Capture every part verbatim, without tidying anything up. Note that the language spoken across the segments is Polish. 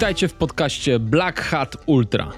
Witajcie w podcaście Black Hat Ultra.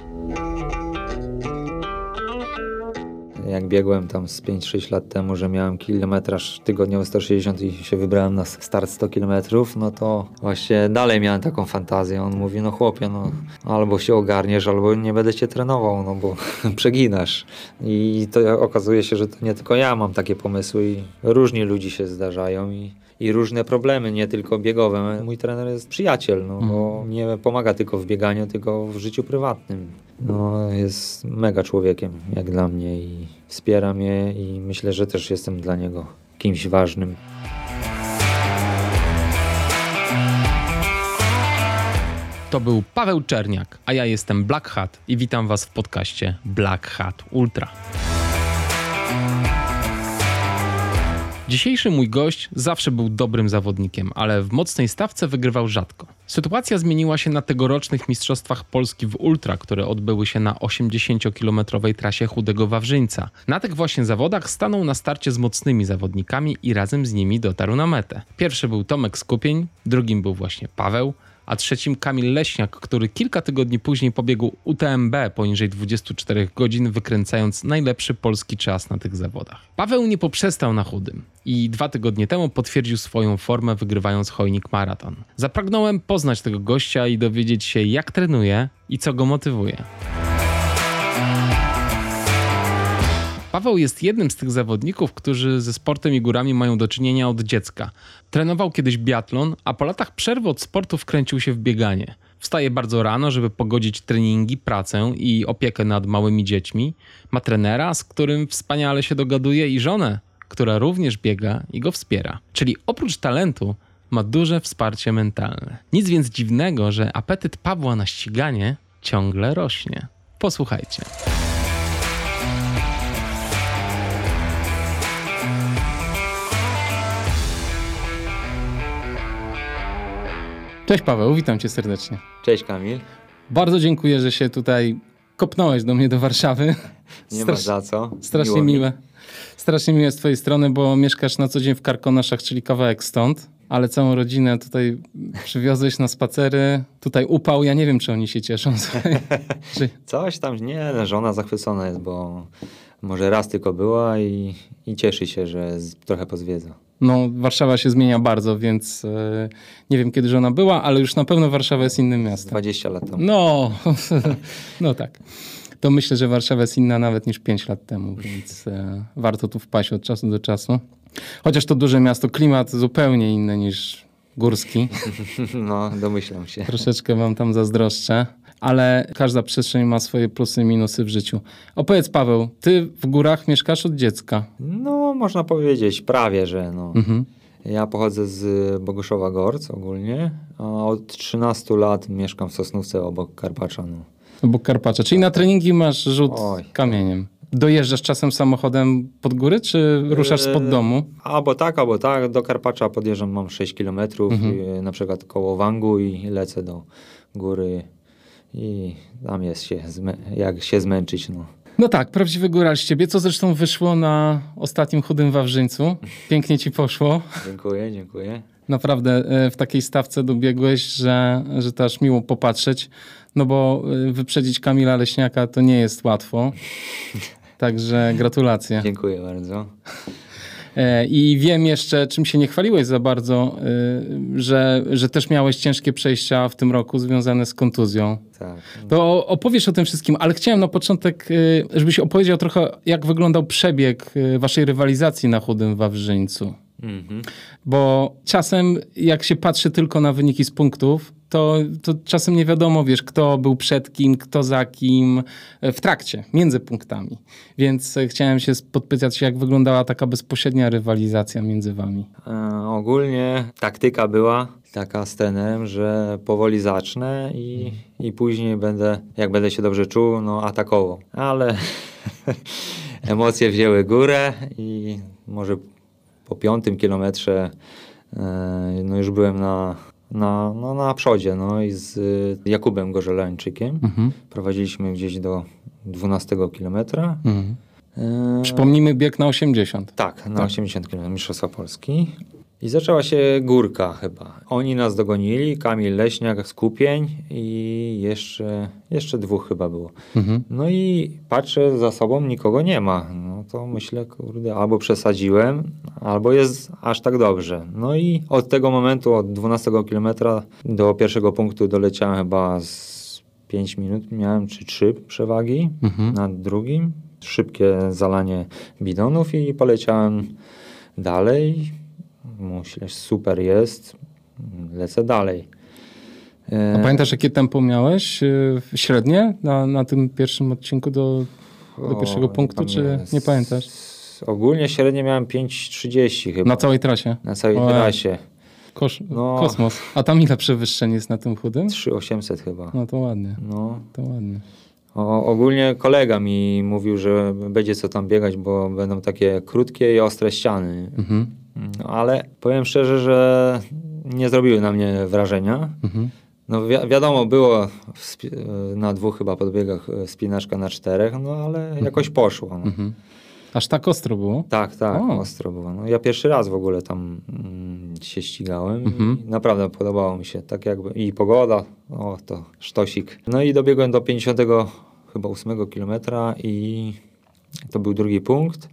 Jak biegłem tam z pięć sześć lat temu, że miałem kilometraż tygodniowy sto sześćdziesiąt i się wybrałem na start sto kilometrów, no to właśnie dalej miałem taką fantazję. On mówi, no chłopie, no albo się ogarniesz, albo nie będę cię trenował, no bo przeginasz. I to okazuje się, że to nie tylko ja mam takie pomysły i różni ludzie się zdarzają i I różne problemy, nie tylko biegowe. Mój trener jest przyjaciel, no, bo nie pomaga tylko w bieganiu, tylko w życiu prywatnym. No, jest mega człowiekiem, jak dla mnie, i wspiera mnie i myślę, że też jestem dla niego kimś ważnym. To był Paweł Czerniak, a ja jestem Black Hat i witam Was w podcaście Black Hat Ultra. Dzisiejszy mój gość zawsze był dobrym zawodnikiem, ale w mocnej stawce wygrywał rzadko. Sytuacja zmieniła się na tegorocznych Mistrzostwach Polski w Ultra, które odbyły się na osiemdziesięciokilometrowej trasie Chudego Wawrzyńca. Na tych właśnie zawodach stanął na starcie z mocnymi zawodnikami i razem z nimi dotarł na metę. Pierwszy był Tomek Skupień, drugim był właśnie Paweł, a trzecim Kamil Leśniak, który kilka tygodni później pobiegł U T M B poniżej dwudziestu czterech godzin, wykręcając najlepszy polski czas na tych zawodach. Paweł nie poprzestał na chudym i dwa tygodnie temu potwierdził swoją formę, wygrywając Chojnik Maraton. Zapragnąłem poznać tego gościa i dowiedzieć się, jak trenuje i co go motywuje. Paweł jest jednym z tych zawodników, którzy ze sportem i górami mają do czynienia od dziecka. Trenował kiedyś biatlon, a po latach przerwy od sportu wkręcił się w bieganie. Wstaje bardzo rano, żeby pogodzić treningi, pracę i opiekę nad małymi dziećmi. Ma trenera, z którym wspaniale się dogaduje, i żonę, która również biega i go wspiera. Czyli oprócz talentu ma duże wsparcie mentalne. Nic więc dziwnego, że apetyt Pawła na ściganie ciągle rośnie. Posłuchajcie. Cześć Paweł, witam cię serdecznie. Cześć Kamil. Bardzo dziękuję, że się tutaj kopnąłeś do mnie do Warszawy. Nie Strasz... ma za co. Strasznie Miło miłe. Strasznie miłe z twojej strony, bo mieszkasz na co dzień w Karkonoszach, czyli kawałek stąd, ale całą rodzinę tutaj przywiozłeś na spacery. Tutaj upał, ja nie wiem, czy oni się cieszą. czy... Coś tam, nie, żona zachwycona jest, bo może raz tylko była i, i cieszy się, że z, trochę pozwiedza. No, Warszawa się zmienia bardzo, więc e, nie wiem, kiedy żona była, ale już na pewno Warszawa jest innym miastem. dwadzieścia lat temu. No, no tak. To myślę, że Warszawa jest inna nawet niż pięć lat temu, więc e, warto tu wpaść od czasu do czasu. Chociaż to duże miasto, klimat zupełnie inny niż górski. No, domyślam się. Troszeczkę wam tam zazdroszczę, ale każda przestrzeń ma swoje plusy i minusy w życiu. Opowiedz, Paweł, ty w górach mieszkasz od dziecka. No, można powiedzieć, prawie, że no. Mhm. Ja pochodzę z Boguszowa Gorc ogólnie, a od trzynastu lat mieszkam w Sosnówce obok Karpacza. No. Obok Karpacza, czyli na treningi masz rzut Oj. kamieniem. Dojeżdżasz czasem samochodem pod góry, czy ruszasz spod domu? Albo tak, albo tak. Do Karpacza podjeżdżam, mam sześć kilometrów, mhm. na przykład koło Wangu, i lecę do góry i tam jest się, jak się zmęczyć. No. No tak, prawdziwy góral z ciebie, co zresztą wyszło na ostatnim Chudym Wawrzyńcu. Pięknie ci poszło. Dziękuję, dziękuję. Naprawdę w takiej stawce dobiegłeś, że, że to aż miło popatrzeć, no bo wyprzedzić Kamila Leśniaka to nie jest łatwo. Także gratulacje. Dziękuję bardzo. I wiem jeszcze, czym się nie chwaliłeś za bardzo, że, że też miałeś ciężkie przejścia w tym roku związane z kontuzją. Tak. To opowiesz o tym wszystkim, ale chciałem na początek, żebyś opowiedział trochę, jak wyglądał przebieg waszej rywalizacji na Chudym Wawrzyńcu. Mhm. Bo czasem jak się patrzy tylko na wyniki z punktów, to, to czasem nie wiadomo, wiesz, kto był przed kim, kto za kim w trakcie, między punktami. Więc chciałem się podpytać, jak wyglądała taka bezpośrednia rywalizacja między wami. E, ogólnie taktyka była taka z trenerem, że powoli zacznę i, i później będę, jak będę się dobrze czuł, no atakował. Ale emocje wzięły górę i może po piątym kilometrze e, no już byłem na, na, no, na przodzie, no i z Jakubem Gorzelańczykiem. Mhm. Prowadziliśmy gdzieś do dwunastego kilometra. Mhm. E... Przypomnijmy bieg na osiemdziesiąt. Tak, na tak. osiemdziesiąt kilometrów Mistrzostwa Polski. I zaczęła się górka chyba. Oni nas dogonili, Kamil Leśniak z Kupień i jeszcze, jeszcze dwóch chyba było. Mhm. No i patrzę za sobą, nikogo nie ma. No to myślę, kurde, albo przesadziłem, albo jest aż tak dobrze. No i od tego momentu, od dwunastego kilometra do pierwszego punktu doleciałem chyba z pięć minut, miałem czy trzy przewagi Mhm. nad drugim. Szybkie zalanie bidonów i poleciałem dalej. Myślę, że super jest, lecę dalej. A pamiętasz, jakie tempo miałeś y, średnie na, na tym pierwszym odcinku do, do pierwszego O, punktu, tam czy jest- nie pamiętasz? Ogólnie średnio miałem pięć trzydzieści chyba. Na całej trasie? Na całej O, trasie. Kosz, No. Kosmos. A tam ile przewyższeń jest na tym chudym? trzy tysiące osiemset chyba. No to ładnie, No. to ładnie. O, ogólnie kolega mi mówił, że będzie co tam biegać, bo będą takie krótkie i ostre ściany. Mhm. No, ale powiem szczerze, że nie zrobiły na mnie wrażenia. Mhm. No wi- wiadomo, było w spi- na dwóch chyba podbiegach spinaczka na czterech, no ale jakoś poszło. No. Mhm. Aż tak ostro było? Tak, tak, O. ostro było. No, ja pierwszy raz w ogóle tam mm, się ścigałem Mhm. i naprawdę podobało mi się. Tak jakby i pogoda, o to sztosik. No i dobiegłem do pięćdziesiątego chyba ósmego kilometra i to był drugi punkt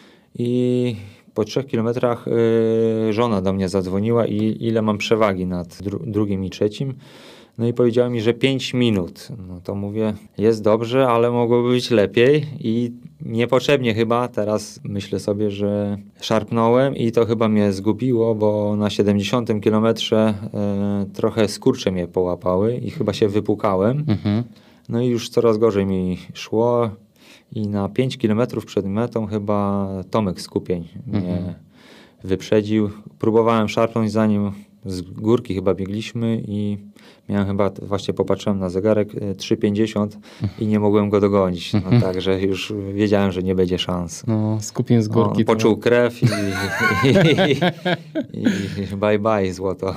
i po trzech kilometrach y, żona do mnie zadzwoniła i ile mam przewagi nad dru- drugim i trzecim. No i powiedziała mi, że pięć minut. No to mówię, jest dobrze, ale mogłoby być lepiej i niepotrzebnie chyba teraz myślę sobie, że szarpnąłem i to chyba mnie zgubiło, bo na siedemdziesiątym kilometrze y, trochę skurcze mnie połapały i chyba się wypukałem. Mhm. No i już coraz gorzej mi szło i na pięć kilometrów przed metą chyba Tomek z Kupień mnie Mhm. wyprzedził. Próbowałem szarpnąć za nim, z górki chyba biegliśmy i miałem chyba, właśnie popatrzyłem na zegarek, e, trzy pięćdziesiąt i nie mogłem go dogonić. No, także już wiedziałem, że nie będzie szans. No, skupień z górki. On to- poczuł krew i, i, i, i bye bye złoto.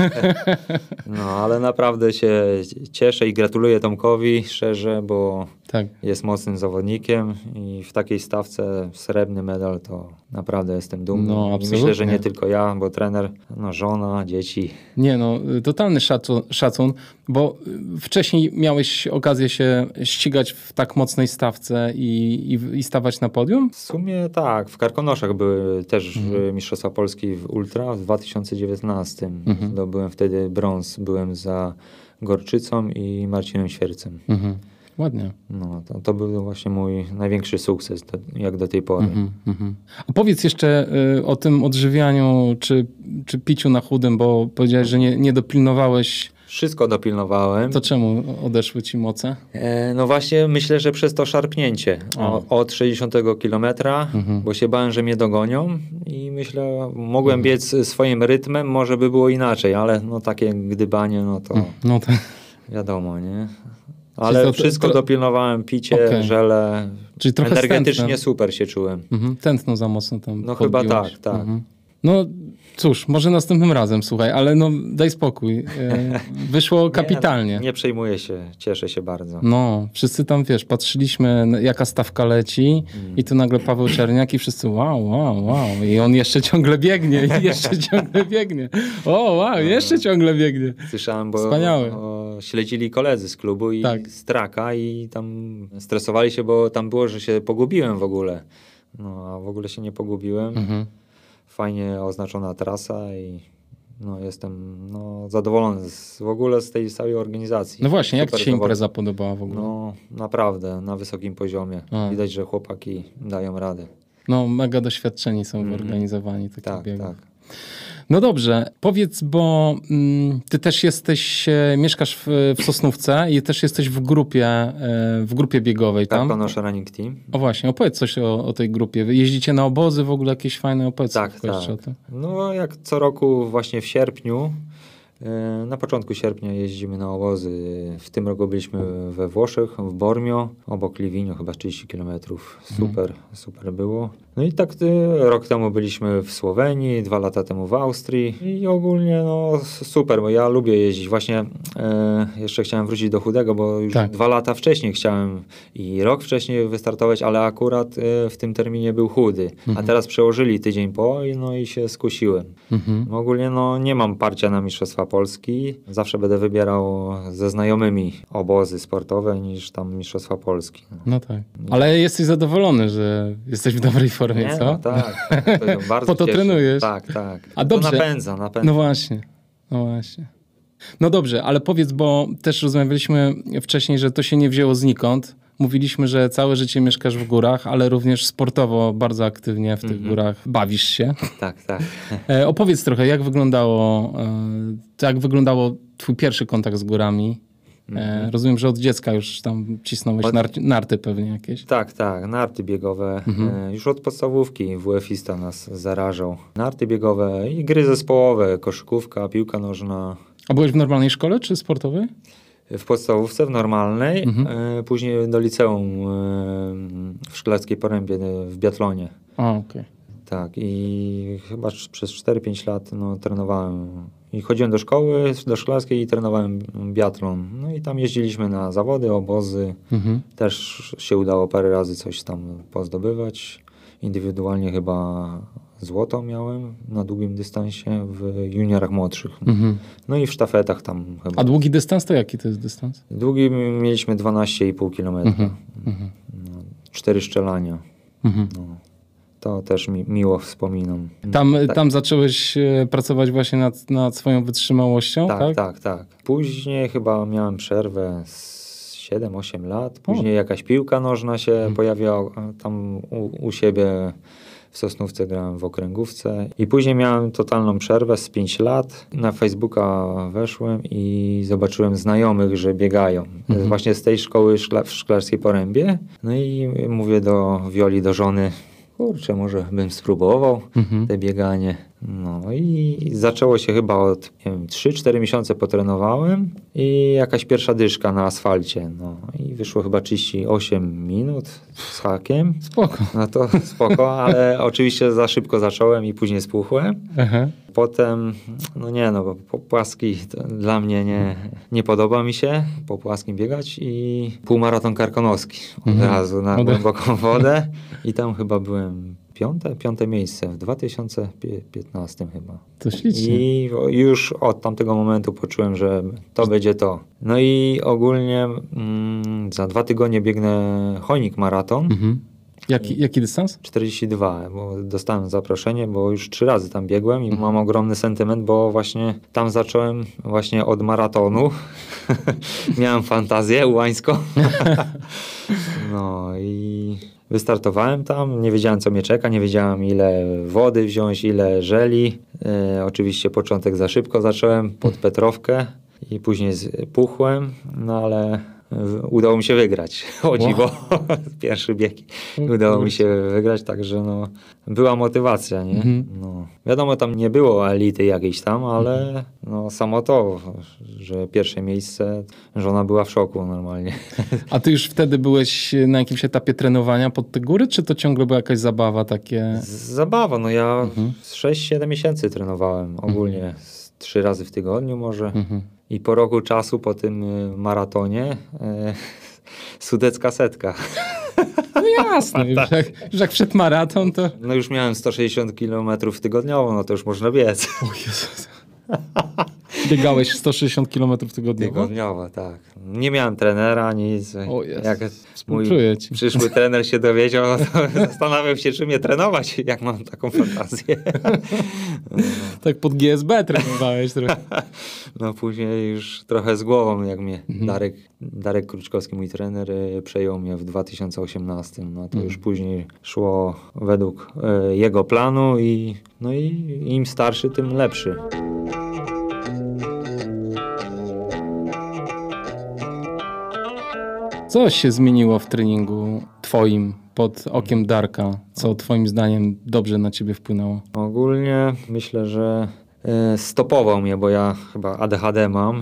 No ale naprawdę się cieszę i gratuluję Tomkowi szczerze, bo Tak. jest mocnym zawodnikiem i w takiej stawce srebrny medal to naprawdę jestem dumny. No, I absolutnie. myślę, że nie tylko ja, bo trener, no, żona, dzieci. Nie no, y, totalny szacun, szacun, bo y, wcześniej miałeś okazję się ścigać w tak mocnej stawce i, i, i stawać na podium? W sumie tak, w Karkonoszach były też Mhm. mhm. Mistrzostwa Polski w Ultra w dwa tysiące dziewiętnastym. Mhm. Zdobyłem wtedy brąz, byłem za Gorczycą i Marcinem Świercem. Mhm. Ładnie. No, to, to był właśnie mój największy sukces, do, jak do tej pory. Mhm, mhm. A powiedz jeszcze y, o tym odżywianiu czy, czy piciu na chudym, bo powiedziałeś, że nie, nie dopilnowałeś. Wszystko dopilnowałem. To czemu odeszły ci moce? E, no właśnie myślę, że przez to szarpnięcie O. o, od sześćdziesiątego kilometra, Mhm. bo się bałem, że mnie dogonią i myślę, mogłem biec swoim rytmem, może by było inaczej, ale no takie gdybanie, no to No to, wiadomo, nie? Czyli Ale to- to- wszystko to- dopilnowałem, picie, Okej. żele, czyli trochę energetycznie stętne. super się czułem. Mhm. Tętno za mocno tam No chyba podbiłeś. tak, tak. Mhm. No cóż, może następnym razem, słuchaj, ale no daj spokój. E, Wyszło kapitalnie. Nie, nie przejmuję się, cieszę się bardzo. No, wszyscy tam, wiesz, patrzyliśmy jaka stawka leci i tu nagle Paweł Czerniak i wszyscy wow, wow, wow. I on jeszcze ciągle biegnie i jeszcze ciągle biegnie. O, wow, jeszcze ciągle biegnie. Słyszałem, bo Wspaniałe. o, śledzili koledzy z klubu i Tak. z traka i tam stresowali się, bo tam było, że się pogubiłem w ogóle. No a w ogóle się nie pogubiłem. Mhm. Fajnie oznaczona trasa i no, jestem no, zadowolony z, w ogóle z tej całej organizacji. No właśnie, jak Super ci się zawodnik. impreza podobała w ogóle? No naprawdę, na wysokim poziomie. A. Widać, że chłopaki dają radę. No, mega doświadczeni są w Mhm. organizowaniu takich Tak, biegów. tak. No dobrze, powiedz, bo mm, ty też jesteś, e, mieszkasz w, w Sosnówce i też jesteś w grupie, e, w grupie biegowej tam. Karkonosze Running Team. O właśnie, opowiedz coś o, o tej grupie. Wy jeździcie na obozy w ogóle jakieś fajne? Opowiedz Tak, tylko jeszcze o tak. tym. No jak co roku właśnie w sierpniu E, Na początku sierpnia jeździmy na obozy. W tym roku byliśmy we Włoszech, w Bormio, obok Livigno, chyba trzydzieści kilometrów. Super, super było. No i tak e, rok temu byliśmy w Słowenii, dwa lata temu w Austrii i ogólnie no super, bo ja lubię jeździć. Właśnie e, jeszcze chciałem wrócić do chudego, bo już Tak. dwa lata wcześniej chciałem i rok wcześniej wystartować, ale akurat e, w tym terminie był chudy. A teraz przełożyli tydzień po i no i się skusiłem. Mhm. Ogólnie no nie mam parcia na Mistrzostwa Polski. Zawsze będę wybierał ze znajomymi obozy sportowe niż tam Mistrzostwa Polski. No tak. Ale jesteś zadowolony, że jesteś w dobrej formie, Nie, co? no tak. To się bardzo Po to cieszę. trenujesz. Tak, tak. A To dobrze. napędza, napędza. No właśnie, no właśnie. No dobrze, ale powiedz, bo też rozmawialiśmy wcześniej, że to się nie wzięło znikąd. Mówiliśmy, że całe życie mieszkasz w górach, ale również sportowo bardzo aktywnie w tych Mhm. górach bawisz się. Tak, tak. E, opowiedz trochę, jak wyglądało, e, jak wyglądało twój pierwszy kontakt z górami. E, rozumiem, że od dziecka już tam cisnąłeś Od- nar- narty pewnie jakieś. Tak, tak. Narty biegowe. Mhm. E, już od podstawówki W F-ista nas zarażał. Narty biegowe i gry zespołowe. Koszykówka, piłka nożna. A byłeś w normalnej szkole czy sportowej? W podstawówce, w normalnej, Mhm. e, później do liceum e, w Szklarskiej Porębie, e, w biatlonie. A, okej. Tak, i chyba c- przez cztery pięć lat no, trenowałem. I chodziłem do szkoły, do szklarskiej i trenowałem biatlon. No i tam jeździliśmy na zawody, obozy. Mhm. Też się udało parę razy coś tam pozdobywać. Indywidualnie chyba złoto miałem na długim dystansie w juniorach młodszych. Mhm. No i w sztafetach tam chyba. A długi dystans to jaki to jest dystans? Długi mieliśmy dwanaście i pół kilometra. Mhm. Mhm. No, cztery szczelania. Mhm. No, to też mi, miło wspominam. Tam, tak, tam zacząłeś e, pracować właśnie nad, nad swoją wytrzymałością, tak? tak, tak, tak. Później chyba miałem przerwę z siedem osiem lat. Później jakaś piłka nożna się Mhm. pojawiła tam u, u siebie. W Sosnówce grałem w okręgówce i później miałem totalną przerwę z pięć lat. Na Facebooka weszłem i zobaczyłem znajomych, że biegają. Mhm. Właśnie z tej szkoły szkla- w Szklarskiej Porębie. No i mówię do Wioli, do żony, kurczę, może bym spróbował Mhm. te bieganie. No i zaczęło się chyba od, nie wiem, trzy cztery miesiące potrenowałem i jakaś pierwsza dyszka na asfalcie. No i wyszło chyba trzydzieści osiem minut z hakiem. Spoko. No to spoko, ale oczywiście za szybko zacząłem i później spuchłem. Aha. Potem, no nie no, bo po płaski to dla mnie nie, nie podoba mi się po płaskim biegać i półmaraton karkonoski od Mhm. razu na Ode- głęboką wodę i tam chyba byłem piąte, piąte miejsce w dwa tysiące piętnastym chyba. To ślicznie. I już od tamtego momentu poczułem, że to będzie to. No i ogólnie mm, za dwa tygodnie biegnę Chojnik maraton. Mhm. Jaki, jaki dystans? czterdzieści dwa, bo dostałem zaproszenie, bo już trzy razy tam biegłem Mhm. i mam ogromny sentyment, bo właśnie tam zacząłem właśnie od maratonu. Miałem fantazję ułańską. No i wystartowałem tam, nie wiedziałem co mnie czeka, nie wiedziałem ile wody wziąć, ile żeli. E, oczywiście początek za szybko zacząłem pod Petrowkę i później puchłem, no ale w- udało mi się wygrać. O dziwo, pierwszy bieg. Udało mi się wygrać, także no, była motywacja, nie? Mhm. No, wiadomo, tam nie było elity jakiejś tam, ale no, samo to, że pierwsze miejsce, żona była w szoku normalnie. A ty już wtedy byłeś na jakimś etapie trenowania pod te góry, czy to ciągle była jakaś zabawa takie? Zabawa, no ja Mhm. sześć siedem miesięcy trenowałem ogólnie, z trzy razy w tygodniu może. Mhm. I po roku czasu, po tym y, maratonie, e, sudecka setka. No jasne, już jak, już jak przed maraton, to... No już miałem sto sześćdziesiąt kilometrów tygodniowo, no to już można biec. O Jezus. Biegałeś sto sześćdziesiąt kilometrów tygodniowo? Tygodniowo, tak. Nie miałem trenera, nic. O Jezus. Jak mój Współczuję ci. przyszły trener się dowiedział, to zastanawiał się, czy mnie trenować, jak mam taką fantazję. Tak pod G S B trenowałeś trochę. No później już trochę z głową, jak mnie Mhm. Darek, Darek Kruczkowski, mój trener, y, przejął mnie w dwa tysiące osiemnastym. No to Mhm. już później szło według y, jego planu i no i im starszy, tym lepszy. Co się zmieniło w treningu twoim pod okiem Darka? Co twoim zdaniem dobrze na ciebie wpłynęło? Ogólnie myślę, że e, stopował mnie, bo ja chyba A D H D mam.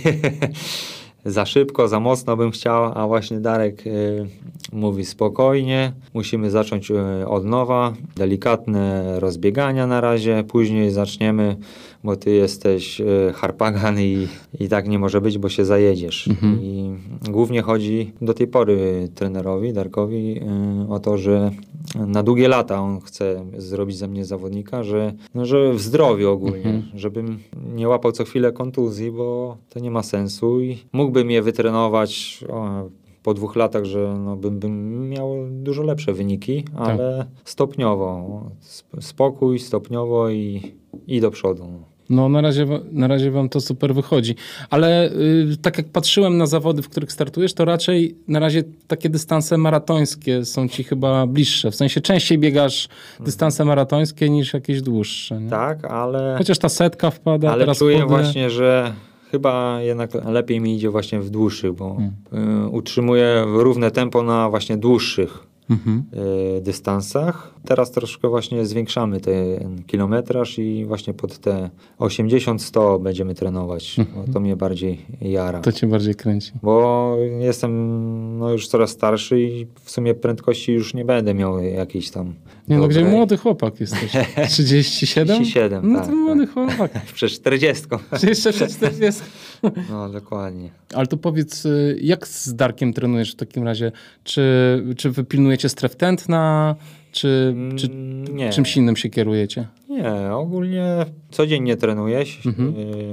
Za szybko, za mocno bym chciał, a właśnie Darek y, mówi spokojnie, musimy zacząć y, od nowa, delikatne rozbiegania na razie, później zaczniemy, bo ty jesteś y, harpagan i, i tak nie może być, bo się zajedziesz. Mhm. I głównie chodzi do tej pory trenerowi, Darkowi y, o to, że na długie lata on chce zrobić ze mnie zawodnika, że, no, że w zdrowiu ogólnie, mhm. żebym nie łapał co chwilę kontuzji, bo to nie ma sensu i mógłbym je wytrenować o, po dwóch latach, że no, bym, bym miał dużo lepsze wyniki, ale tak. stopniowo, spokój, stopniowo i, i do przodu. No na razie, na razie wam to super wychodzi. Ale y, tak jak patrzyłem na zawody, w których startujesz, to raczej na razie takie dystanse maratońskie są ci chyba bliższe. W sensie częściej biegasz dystanse maratońskie niż jakieś dłuższe. Nie? Tak, ale... Chociaż ta setka wpada, ale teraz czuję chudy. właśnie, że chyba jednak lepiej mi idzie właśnie w dłuższych, bo hmm. y, utrzymuję równe tempo na właśnie dłuższych Mhm. y, dystansach. Teraz troszkę właśnie zwiększamy ten kilometraż i właśnie pod te osiemdziesiąt sto będziemy trenować. Mhm. Bo to mnie bardziej jara. To cię bardziej kręci. Bo jestem no, już coraz starszy i w sumie prędkości już nie będę miał jakiejś tam... Nie no, gdzie młody chłopak jesteś? trzydzieści siedem? trzydzieści siedem, no tak. No to młody tak. chłopak. Przed czterdziestką. Jeszcze przed czterdziestką. No, dokładnie. Ale to powiedz, jak z Darkiem trenujesz w takim razie? Czy, czy wypilnujecie stref tętna? Czy, czy nie. czymś innym się kierujecie? Nie, ogólnie codziennie trenuję. Mhm.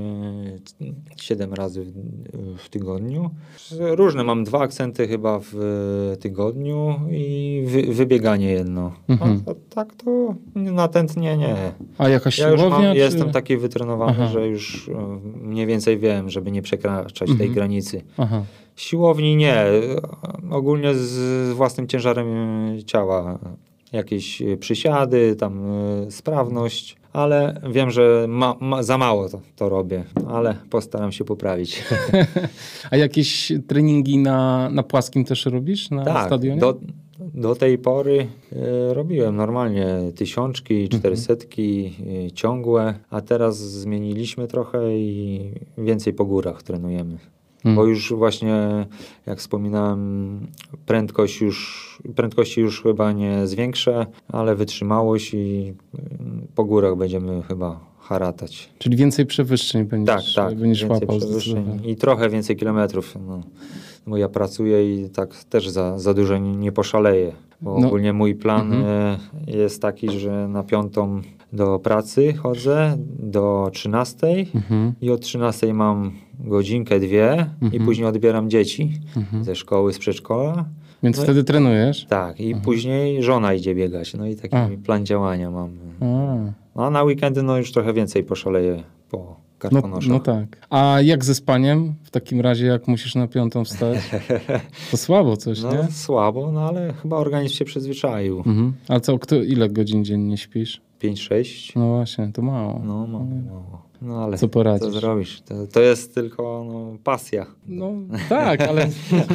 Siedem razy w, w tygodniu. Różne, mam dwa akcenty chyba w tygodniu i wy, wybieganie jedno. Mhm. A, a tak to na tętnie nie. A jakaś ja siłownia? już mam, czy... Jestem taki wytrenowany, Aha. że już mniej więcej wiem, żeby nie przekraczać mhm. tej granicy. Aha. Siłowni nie. Ogólnie z własnym ciężarem ciała. Jakieś przysiady, tam y, sprawność, ale wiem, że ma, ma, za mało to, to robię, ale postaram się poprawić. A jakieś treningi na, na płaskim też robisz na tak, stadionie? Do, do tej pory y, robiłem normalnie tysiączki, czterysetki y, ciągłe, a teraz zmieniliśmy trochę i więcej po górach trenujemy. Hmm. Bo już właśnie, jak wspominałem, prędkość już, prędkości już chyba nie zwiększę, ale wytrzymałość i po górach będziemy chyba haratać. Czyli więcej przewyższeń będziesz, tak, tak, będziesz więcej łapał. Przewyższeń i trochę więcej kilometrów. No, bo ja pracuję i tak też za, za dużo nie, nie poszaleję. Bo no. ogólnie mój plan mhm. jest taki, że na piątą do pracy chodzę, do trzynastej mhm. i od trzynastej mam godzinkę, dwie mhm. i później odbieram dzieci mhm. ze szkoły, z przedszkola. Więc no wtedy trenujesz? Tak, i mhm. później żona idzie biegać. No i taki A. plan działania mam. A. A na weekendy no już trochę więcej poszaleję po karkonoszach. No, no tak. A jak ze spaniem? W takim razie jak musisz na piątą wstać? To słabo coś, no, nie? Słabo, no ale chyba organizm się przyzwyczaił. Mhm. A co, kto, ile godzin dziennie śpisz? pięć sześć. No właśnie, to mało. No mało, mało. No ale co poradzisz? Co zrobisz? To, to jest tylko no, pasja. No tak, ale...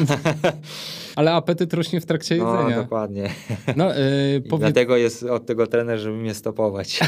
ale apetyt rośnie w trakcie jedzenia. No dokładnie. No, yy, powiedz... Dlatego jest od tego trener, żeby mnie stopować.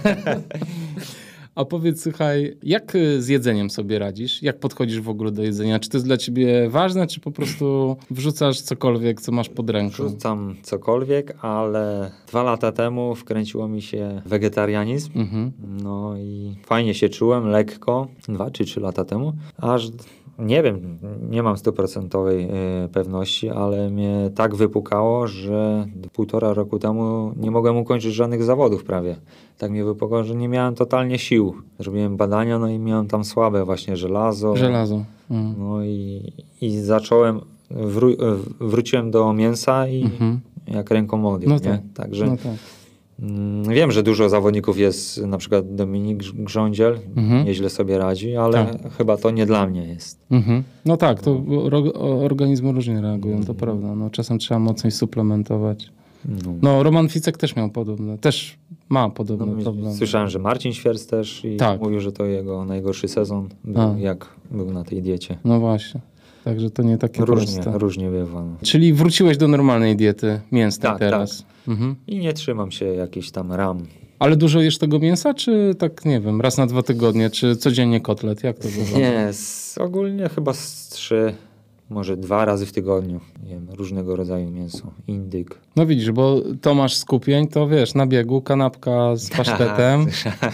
A powiedz, słuchaj, jak z jedzeniem sobie radzisz? Jak podchodzisz w ogóle do jedzenia? Czy to jest dla ciebie ważne, czy po prostu wrzucasz cokolwiek, co masz pod ręką? Wrzucam cokolwiek, ale dwa lata temu wkręciło mi się wegetarianizm. Mhm. No i fajnie się czułem, lekko. Dwa czy trzy lata temu. Aż... Nie wiem, nie mam stuprocentowej y, pewności, ale mnie tak wypukało, że półtora roku temu nie mogłem ukończyć żadnych zawodów prawie. Tak mnie wypukało, że nie miałem totalnie sił. Zrobiłem badania, no i miałem tam słabe właśnie żelazo. Żelazo. Mm. No i, i zacząłem, wró- wróciłem do mięsa i mhm. jak ręką odjął, no tak. nie? Także... No tak. Wiem, że dużo zawodników jest, na przykład Dominik Grządziel, mhm. nieźle sobie radzi, ale tak. chyba to nie dla mnie jest. Mhm. No tak, to ro- organizmy różnie reagują, to mhm. prawda. No, czasem trzeba mocniej suplementować. No, no Roman Ficek też miał podobne, też ma podobne no, problemy. Słyszałem, że Marcin Świerc też i tak. mówił, że to jego najgorszy sezon był, jak był na tej diecie. No właśnie. Także to nie takie różnie, proste. Różnie bywa. No. Czyli wróciłeś do normalnej diety mięsnej tak, teraz. Tak. Mhm. I nie trzymam się jakichś tam ram. Ale dużo jesz tego mięsa, czy tak, nie wiem, raz na dwa tygodnie, czy codziennie kotlet? Jak to wygląda? Nie, z, ogólnie chyba z trzy, może dwa razy w tygodniu jem różnego rodzaju mięso. Indyk. No widzisz, bo Tomasz Skupień, to wiesz, na biegu kanapka z pasztetem.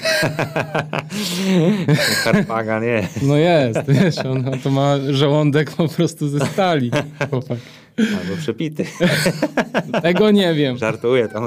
Karpaga nie. No jest, wiesz, on to ma żołądek po prostu ze stali. Chłopak. Albo przepity. Tego nie wiem. Żartuję tam.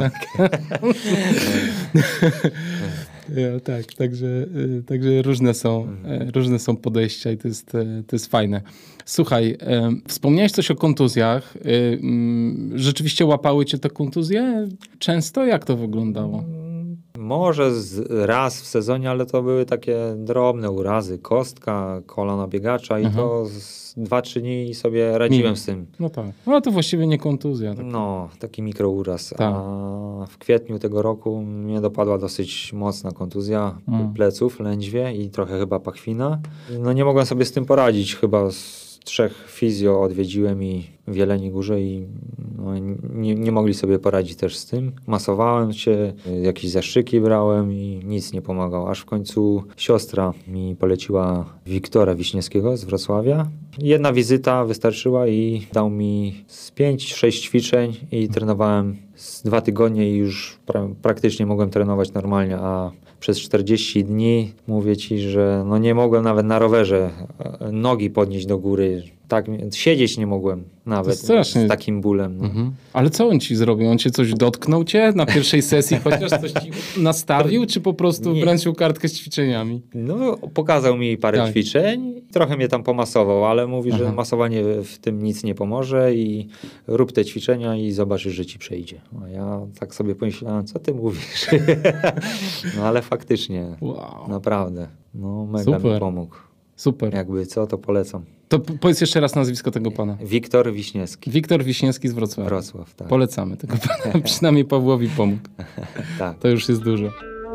Ja, tak, także, y, także różne są, y, różne są podejścia i to jest, y, to jest fajne. Słuchaj, y, wspomniałeś coś o kontuzjach. Y, y, rzeczywiście łapały cię te kontuzje często? Jak to wyglądało? Może z, raz w sezonie, ale to były takie drobne urazy. Kostka, kolana biegacza i Aha. to z dwa, trzy dni sobie radziłem Mimo. z tym. No tak. No to właściwie nie kontuzja. Tak. No, taki mikrouraz. Tak. A w kwietniu tego roku mnie dopadła dosyć mocna kontuzja Mm. pleców, lędźwie i trochę chyba pachwina. No nie mogłem sobie z tym poradzić. Chyba z trzech fizjo odwiedziłem i w Jeleniej Górze i no, nie, nie mogli sobie poradzić też z tym. Masowałem się, jakieś zastrzyki brałem i nic nie pomagało. Aż w końcu siostra mi poleciła Wiktora Wiśniewskiego z Wrocławia. Jedna wizyta wystarczyła i dał mi z pięć, sześć ćwiczeń i trenowałem z dwa tygodnie i już pra praktycznie mogłem trenować normalnie, a przez czterdzieści dni mówię ci, że no nie mogłem nawet na rowerze nogi podnieść do góry. Tak, siedzieć nie mogłem nawet strasznie. z takim bólem. No. Mhm. Ale co on ci zrobił? On cię coś dotknął cię na pierwszej sesji, chociaż coś ci nastawił, czy po prostu Nie. wręczył kartkę z ćwiczeniami? No, pokazał mi parę Tak. ćwiczeń, trochę mnie tam pomasował, ale mówi, że Aha. masowanie w tym nic nie pomoże i rób te ćwiczenia i zobaczysz, że ci przejdzie. A ja tak sobie pomyślałem, co ty mówisz? No ale faktycznie, Wow. naprawdę, no mega Super. mi pomógł. Super. Jakby co, to polecam. To p- powiedz jeszcze raz nazwisko tego pana. Wiktor Wiśniewski, Wiktor Wiśniewski z Wrocławia. Wrocław, tak. Polecamy tego pana. Przynajmniej Pawłowi pomógł. tak. To już jest dużo.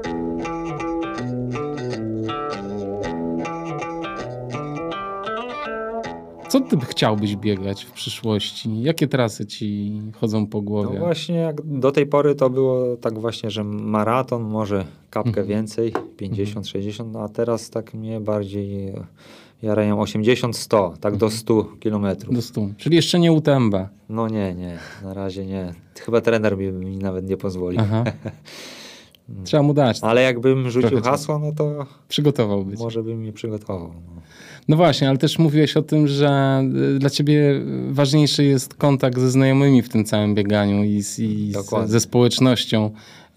Co ty chciałbyś biegać w przyszłości? Jakie trasy ci chodzą po No głowie? właśnie, jak do tej pory to było tak właśnie, że maraton, może kapkę Mhm. więcej, pięćdziesiąt, sześćdziesiąt, no a teraz tak mnie bardziej jarają osiemdziesiąt, sto, tak do stu kilometrów. Do stu. Czyli jeszcze nie U T M B. No nie, nie, na razie nie. Chyba trener mi, mi nawet nie pozwoli. Aha. Trzeba mu dać. Ale jakbym rzucił Trochę hasło, no to Przygotowałbyś. może bym mnie przygotował. No. No właśnie, ale też mówiłeś o tym, że y, dla ciebie ważniejszy jest kontakt ze znajomymi w tym całym bieganiu i, z, i z, Dokładnie. ze społecznością.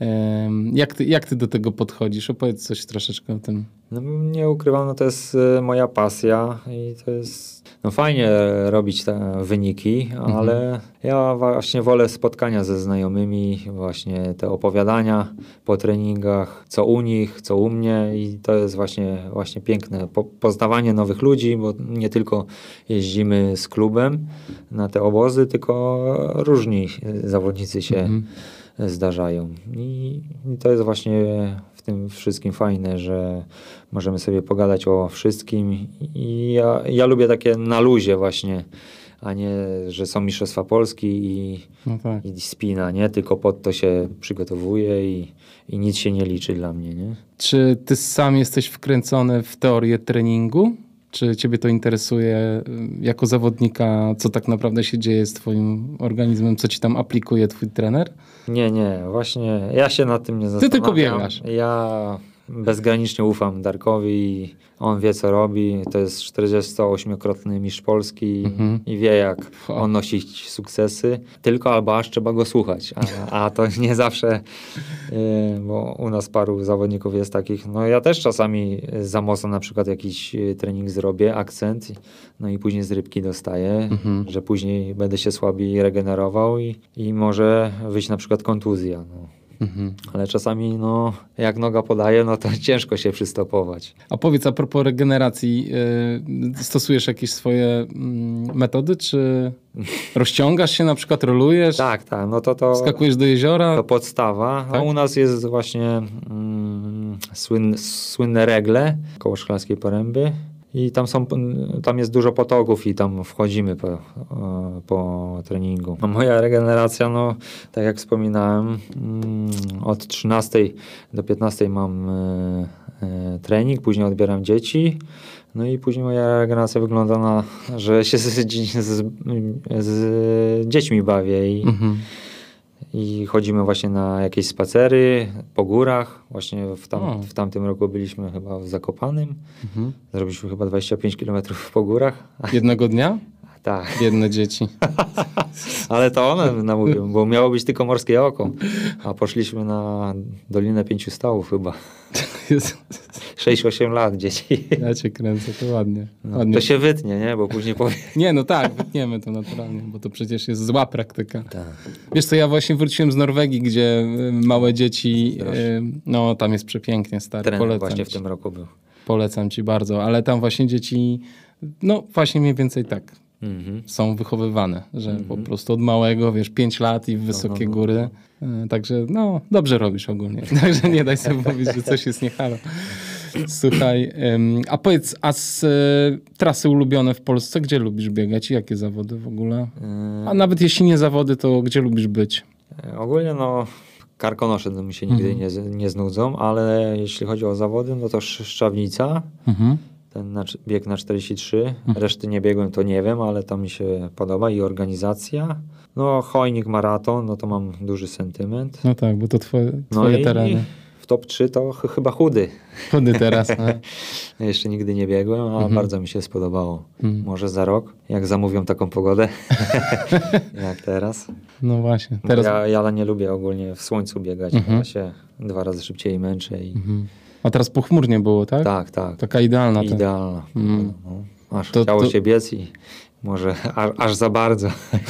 Ym, Jak ty, jak ty do tego podchodzisz? Opowiedz coś troszeczkę o tym. No nie ukrywam, no to jest e, moja pasja i to jest no fajnie robić te wyniki, ale ja właśnie wolę spotkania ze znajomymi, właśnie te opowiadania po treningach, co u nich, co u mnie i to jest właśnie, właśnie piękne. Po, poznawanie nowych ludzi, bo nie tylko jeździmy z klubem na te obozy, tylko różni zawodnicy się Mhm. zdarzają. I, I to jest właśnie w tym wszystkim fajne, że możemy sobie pogadać o wszystkim i ja, ja lubię takie na luzie właśnie, a nie, że są Mistrzostwa Polski i, No tak. i spina, nie? Tylko pod to się przygotowuje i, i nic się nie liczy dla mnie, nie? Czy ty sam jesteś wkręcony w teorię treningu? Czy ciebie to interesuje y, jako zawodnika, co tak naprawdę się dzieje z twoim organizmem, co ci tam aplikuje twój trener? Nie, nie, właśnie ja się nad tym nie zastanawiam. tylko biegasz. Ja bezgranicznie ufam Darkowi i on wie, co robi. To jest czterdziestoośmiokrotny mistrz Polski Mhm. i wie, jak Wow. odnosić sukcesy. Tylko albo aż trzeba go słuchać, a, a to nie zawsze, yy, bo u nas paru zawodników jest takich. No ja też czasami za mocno na przykład jakiś yy, trening zrobię, akcent, no i później z rybki dostaję, Mhm. że później będę się słabiej regenerował i, i może wyjść na przykład kontuzja. No. Mhm. Ale czasami, no, jak noga podaje, no to ciężko się przystopować. A powiedz, a propos regeneracji, y, stosujesz jakieś swoje mm, metody, czy rozciągasz się, na przykład rolujesz, Tak, tak, no to to, skakujesz do jeziora? to podstawa. No, Tak? u nas jest właśnie mm, słyn, słynne regle koło Szklarskiej Poręby. I tam są, tam jest dużo potoków i tam wchodzimy po, po treningu. A moja regeneracja, no tak jak wspominałem, od trzynastej do piętnastej mam trening, później odbieram dzieci. No i później moja regeneracja wygląda na, że się z, z, z dziećmi bawię i, mhm. i chodzimy właśnie na jakieś spacery po górach. Właśnie w, tam, w tamtym roku byliśmy chyba w Zakopanym. Mhm. Zrobiliśmy chyba dwadzieścia pięć kilometrów po górach. Jednego dnia? Tak. Biedne dzieci. Ale to one namówiły, bo miało być tylko Morskie Oko, a poszliśmy na Dolinę Pięciu Stołów chyba. sześć osiem lat dzieci. Ja cię kręcę, to ładnie. No, ładnie. To się wytnie, nie? Bo później powie... Nie, no tak, wytniemy to naturalnie, bo to przecież jest zła praktyka. Tak. Wiesz co, ja właśnie wróciłem z Norwegii, gdzie małe dzieci, no tam jest przepięknie, stary. Trener Polecam właśnie ci. w tym roku był. Polecam ci bardzo, ale tam właśnie dzieci, no właśnie mniej więcej tak. Mhm. Są wychowywane, że Mhm. po prostu od małego, wiesz, pięć lat i w wysokie no, no, góry. E, Także no, dobrze robisz ogólnie. Także nie daj sobie mówić, że coś jest niehalo. Słuchaj, ym, a powiedz, a z y, trasy ulubione w Polsce, gdzie lubisz biegać i jakie zawody w ogóle? A nawet jeśli nie zawody, to gdzie lubisz być? Yy, ogólnie no Karkonosze to mi się nigdy Mhm. nie, z- nie znudzą, ale jeśli chodzi o zawody, no to Sz- Szczawnica, Mhm. ten na, cz- bieg na czterdzieści trzy, reszty nie biegłem, to nie wiem, ale to mi się podoba i organizacja. No Chojnik Maraton, no to mam duży sentyment. No tak, bo to twoje, No twoje i tereny. w top trzy to ch- chyba Chudy. Chudy teraz. No. Ja jeszcze nigdy nie biegłem, a Mhm. bardzo mi się spodobało. Mhm. Może za rok, jak zamówią taką pogodę, jak teraz. No właśnie. Bo Teraz... Ja, ja nie lubię ogólnie w słońcu biegać, Mhm. ja się dwa razy szybciej męczę. I... Mhm. A teraz pochmurnie było, tak? Tak, tak. Taka idealna. ta- Idealna. Mhm. No, aż To- chciało to- się biec i może aż, aż za bardzo.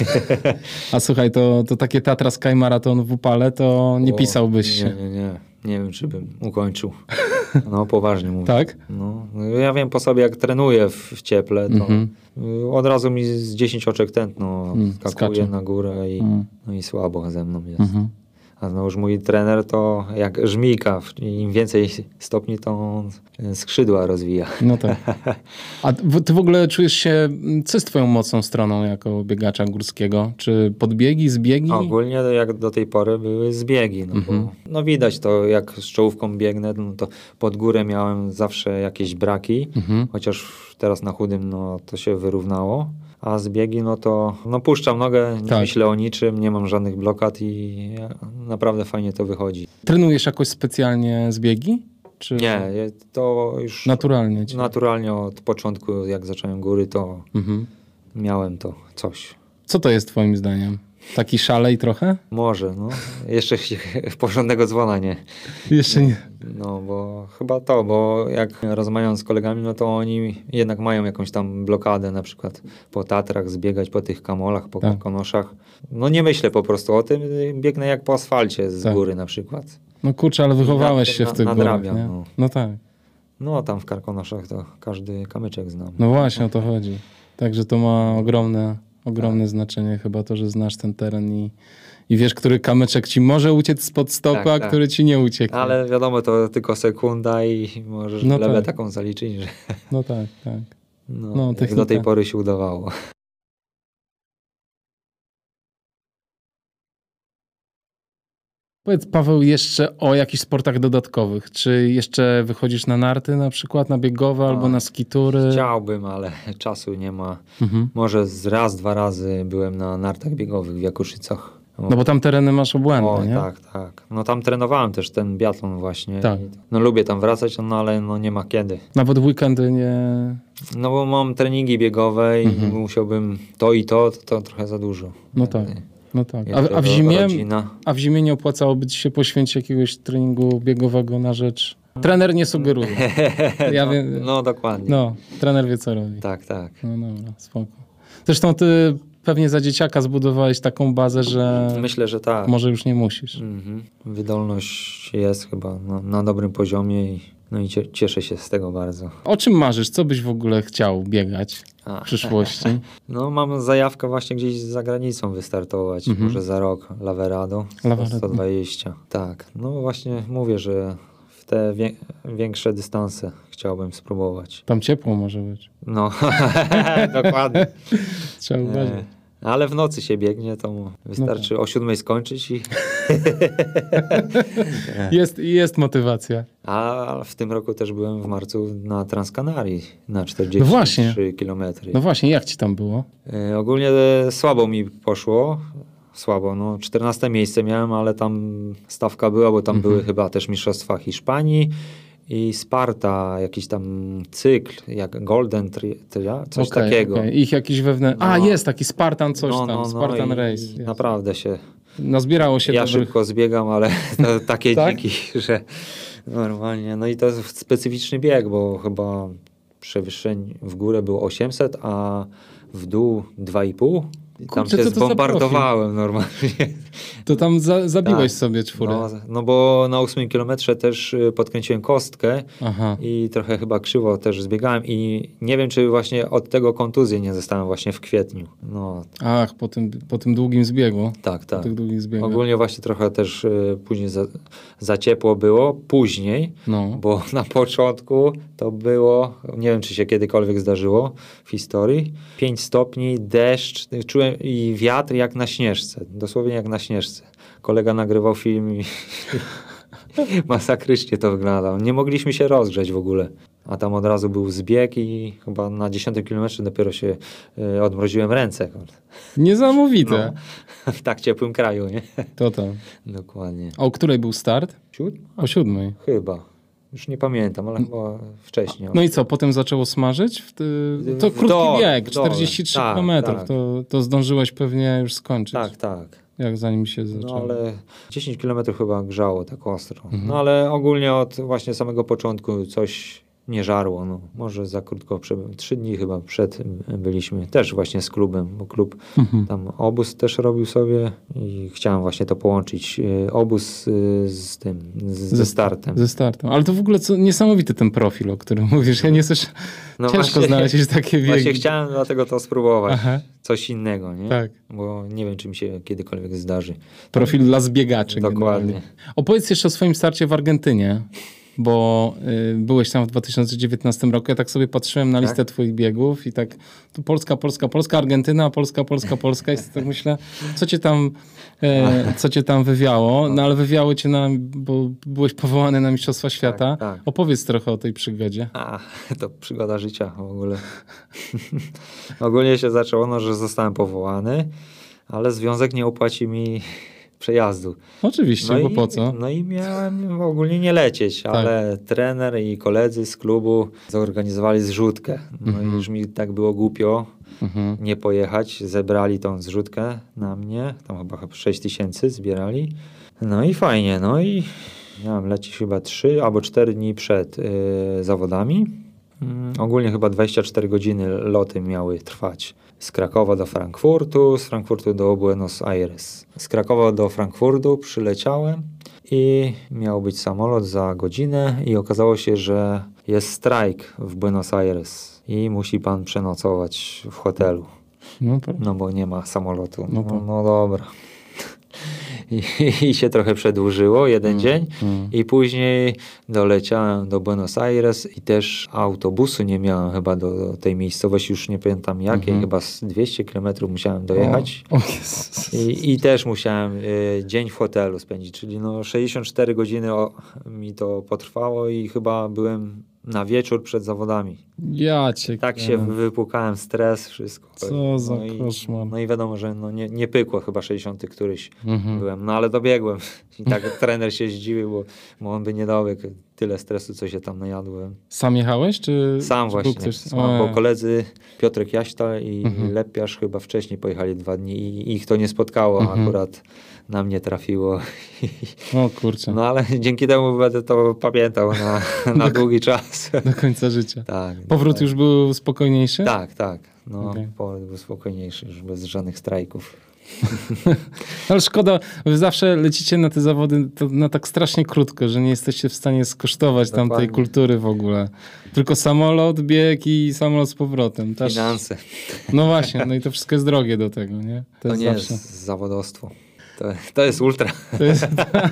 A słuchaj, to, to takie Tatra Sky Marathon w upale, to nie O, pisałbyś się. Nie, nie, nie. Nie wiem, czy bym ukończył. No, poważnie mówię. Tak? No, no, ja wiem po sobie, jak trenuję w, w cieple, to Mhm. y, od razu mi z dziesięć oczek tętno Mm, skakuje skacze. na górę i, Mm. no i słabo ze mną jest. Mhm. A no już mój trener to jak żmijka. Im więcej stopni, to on y, skrzydła rozwija. No tak. A ty ty w ogóle czujesz się, co jest twoją mocną stroną jako biegacza górskiego? Czy podbiegi, zbiegi? Ogólnie jak do tej pory były zbiegi, no, Mhm. bo, no widać to, jak z czołówką biegnę, no to pod górę miałem zawsze jakieś braki, Mhm. chociaż teraz na chudym no to się wyrównało, a zbiegi no to no puszczam nogę, nie Tak. myślę o niczym, nie mam żadnych blokad i naprawdę fajnie to wychodzi. Trenujesz jakoś specjalnie zbiegi? Czy Nie, to już naturalnie ci? naturalnie od początku, jak zacząłem góry, to Mhm. miałem to coś. Co to jest twoim zdaniem? Taki szalej trochę? Może, no. Jeszcze się porządnego dzwona nie. Jeszcze nie. No, bo chyba to, bo jak rozmawiam z kolegami, no to oni jednak mają jakąś tam blokadę, na przykład po Tatrach, zbiegać po tych kamolach, po Tak. Karkonoszach. No nie myślę po prostu o tym, biegnę jak po asfalcie z Tak. góry na przykład. No kurczę, ale wychowałeś nad się tym w tych na- górach, nadrabiam, nie? no. No tak. No tam w Karkonoszach to każdy kamyczek znam. No właśnie o to chodzi. Także to ma ogromne, ogromne znaczenie chyba to, że znasz ten teren i, i wiesz, który kamyczek ci może uciec spod stopy, Tak, a tak. który ci nie ucieknie. Ale wiadomo, to tylko sekunda i możesz No glebę tak. taką zaliczyć, że No tak, tak. no, No, jak technika. do tej pory się udawało. Powiedz, Paweł, jeszcze o jakichś sportach dodatkowych. Czy jeszcze wychodzisz na narty na przykład, na biegowe albo na skitury? Chciałbym, ale czasu nie ma. Mhm. Może z raz, dwa razy byłem na nartach biegowych w Jakuszycach. O, No bo tam tereny masz obłędne, o, nie? tak, tak. No tam trenowałem też ten biatlon właśnie. Tak. I, no lubię tam wracać, no ale no nie ma kiedy. Nawet w weekendy nie... No bo mam treningi biegowe i Mhm. musiałbym to i to, to, to trochę za dużo. No tak, no tak. Jeszcze A, a, w ro- zimie, rodzina. a w zimie nie opłacałoby ci się poświęcić jakiegoś treningu biegowego na rzecz... Trener nie sugeruje. Ja no, wiem, no dokładnie. no, trener wie, co robi. Tak, tak. No dobra, spoko. Zresztą ty pewnie za dzieciaka zbudowałeś taką bazę, że Myślę, że tak. może już nie musisz. Mhm. Wydolność jest chyba na, na dobrym poziomie i, no i cie, cieszę się z tego bardzo. O czym marzysz? Co byś w ogóle chciał biegać A. w przyszłości? No mam zajawkę właśnie gdzieś za granicą wystartować, Mhm. może za rok Laverado Laverado. sto dwadzieścia. Tak, no właśnie mówię, że w te wie, większe dystanse chciałbym spróbować. Tam ciepło może być. No, dokładnie. Trzeba uważać. E, ale w nocy się biegnie, to wystarczy o siódmej skończyć i... Jest, jest motywacja. A w tym roku też byłem w marcu na Transkanarii na No czterdzieści trzy właśnie. kilometry. No właśnie, jak ci tam było? E, ogólnie e, słabo mi poszło. Słabo, no czternaste miejsce miałem, ale tam stawka była, bo tam Mhm. były chyba też mistrzostwa Hiszpanii i Sparta, jakiś tam cykl, jak Golden Tri, Tri- coś Okej, takiego. okej. Ich jakiś wewnętrzny... A, No. jest taki Spartan coś No, tam, no, no Spartan i Race. Jest. Naprawdę się... Nazbierało się Ja dobrych... szybko zbiegam, ale to takie Tak? dziki, że normalnie. No i to jest specyficzny bieg, bo chyba przewyższeń w górę było osiemset, a w dół dwa i pół. I tam Kurczę, się co to za zbombardowałem normalnie. To tam za, zabiłeś Tak. sobie czwórę. No, no bo na ósmym kilometrze też y, podkręciłem kostkę Aha. i trochę chyba krzywo też zbiegałem i nie wiem, czy właśnie od tego kontuzji nie zostałem właśnie w kwietniu. No, Ach, po tym, po tym długim zbiegu. tak, Po tak. tych długich zbiegach. Ogólnie właśnie trochę też y, później za, za ciepło było. Później, No. bo na początku to było, nie wiem, czy się kiedykolwiek zdarzyło w historii, pięć stopni, deszcz, czułem i wiatr jak na śnieżce, dosłownie jak na śnieżce. Kolega nagrywał film i masakrycznie to wyglądało. Nie mogliśmy się rozgrzeć w ogóle. A tam od razu był zbieg i chyba na dziesiątym kilometrze dopiero się y, odmroziłem ręce. Niesamowite. No, w tak ciepłym kraju, nie? To tam. Dokładnie. A o której był start? Siódma? O siódmej. Chyba. Już nie pamiętam, ale chyba wcześniej. No i co, potem zaczęło smażyć? W ty... To W krótki dole, bieg, w dole. czterdzieści trzy Tak, kilometrów. tak. To, to zdążyłeś pewnie już skończyć. Tak, tak. Jak zanim się No zaczęło. ale dziesięć kilometrów chyba grzało tak ostro. Mhm. No ale ogólnie od właśnie samego początku coś nie żarło. No. Może za krótko, prze- trzy dni chyba przed byliśmy też właśnie z klubem, bo klub Mhm. tam obóz też robił sobie i chciałem właśnie to połączyć. y, Obóz y, z tym, z, ze startem. Ze startem. Ale to w ogóle co, niesamowity ten profil, o którym mówisz. Ja nie słyszę. No Ciężko właśnie- znaleźć takie biegi. Właśnie chciałem dlatego to spróbować. Aha, Coś innego, nie? tak. Bo nie wiem, czy mi się kiedykolwiek zdarzy. Profil dla zbiegaczy. Dokładnie. generalnie. Opowiedz jeszcze o swoim starcie w Argentynie, bo y, byłeś tam w dwa tysiące dziewiętnastym roku. Ja tak sobie patrzyłem na Tak? listę twoich biegów i tak tu Polska, Polska, Polska, Argentyna, Polska, Polska, Polska. I tak myślę, co cię tam, e, co cię tam wywiało? No ale wywiało cię, na, bo byłeś powołany na Mistrzostwa Świata. tak. Opowiedz trochę o tej przygodzie. A, to przygoda życia w ogóle. Ogólnie się zaczęło, no, że zostałem powołany, ale związek nie opłaci mi przejazdu. Oczywiście, No bo i, po co? No i miałem ogólnie nie lecieć, ale trener i koledzy z klubu zorganizowali zrzutkę. No Mhm. i już mi tak było głupio Mhm. nie pojechać. Zebrali tą zrzutkę na mnie, tam chyba sześć tysięcy zbierali. No i fajnie, no i miałem lecieć chyba trzy albo cztery dni przed y, zawodami. Mm, ogólnie chyba dwadzieścia cztery godziny loty miały trwać. Z Krakowa do Frankfurtu, z Frankfurtu do Buenos Aires. Z Krakowa do Frankfurtu przyleciałem i miał być samolot za godzinę i okazało się, że jest strajk w Buenos Aires i musi pan przenocować w hotelu. No, proszę. No bo nie ma samolotu. No No, tak. no dobra. I, I się trochę przedłużyło, jeden dzień. Mm. I później doleciałem do Buenos Aires i też autobusu nie miałem chyba do, do tej miejscowości, już nie pamiętam jakiej, Mhm. chyba z dwieście kilometrów musiałem dojechać. O, o Jezus. I, I też musiałem y, dzień w hotelu spędzić, czyli no sześćdziesiąt cztery godziny o, mi to potrwało i chyba byłem na wieczór przed zawodami. Ja cię Tak się kręcę. wypukałem, stres, wszystko. Co za no i, koszmar. no i wiadomo, że no nie, nie pykło, chyba sześćdziesiąty któryś Mhm. byłem, no ale dobiegłem. I tak trener się zdziwił, bo, bo on by nie dobiegł. Tyle stresu, co się tam najadłem. Sam jechałeś, czy Sam czy był właśnie, ktoś? sam, Ojej. bo koledzy Piotrek Jaśtal i Mhm. Lepiarz chyba wcześniej pojechali dwa dni i ich to nie spotkało, Mhm. akurat na mnie trafiło. O kurczę, No ale dzięki temu będę to pamiętał na, na długi czas. do końca życia. Tak. Powrót tak. już był spokojniejszy? Tak, tak. No, Okej. powrót był spokojniejszy, już bez żadnych strajków. Ale szkoda, wy zawsze lecicie na te zawody to na tak strasznie krótko, że nie jesteście w stanie skosztować tam tej Dokładnie. kultury w ogóle. Tylko samolot, bieg i samolot z powrotem. Też... Finanse. No właśnie, no i to wszystko jest drogie do tego, nie? To jest nie zawsze. jest zawodostwo. To, to jest ultra. To jest,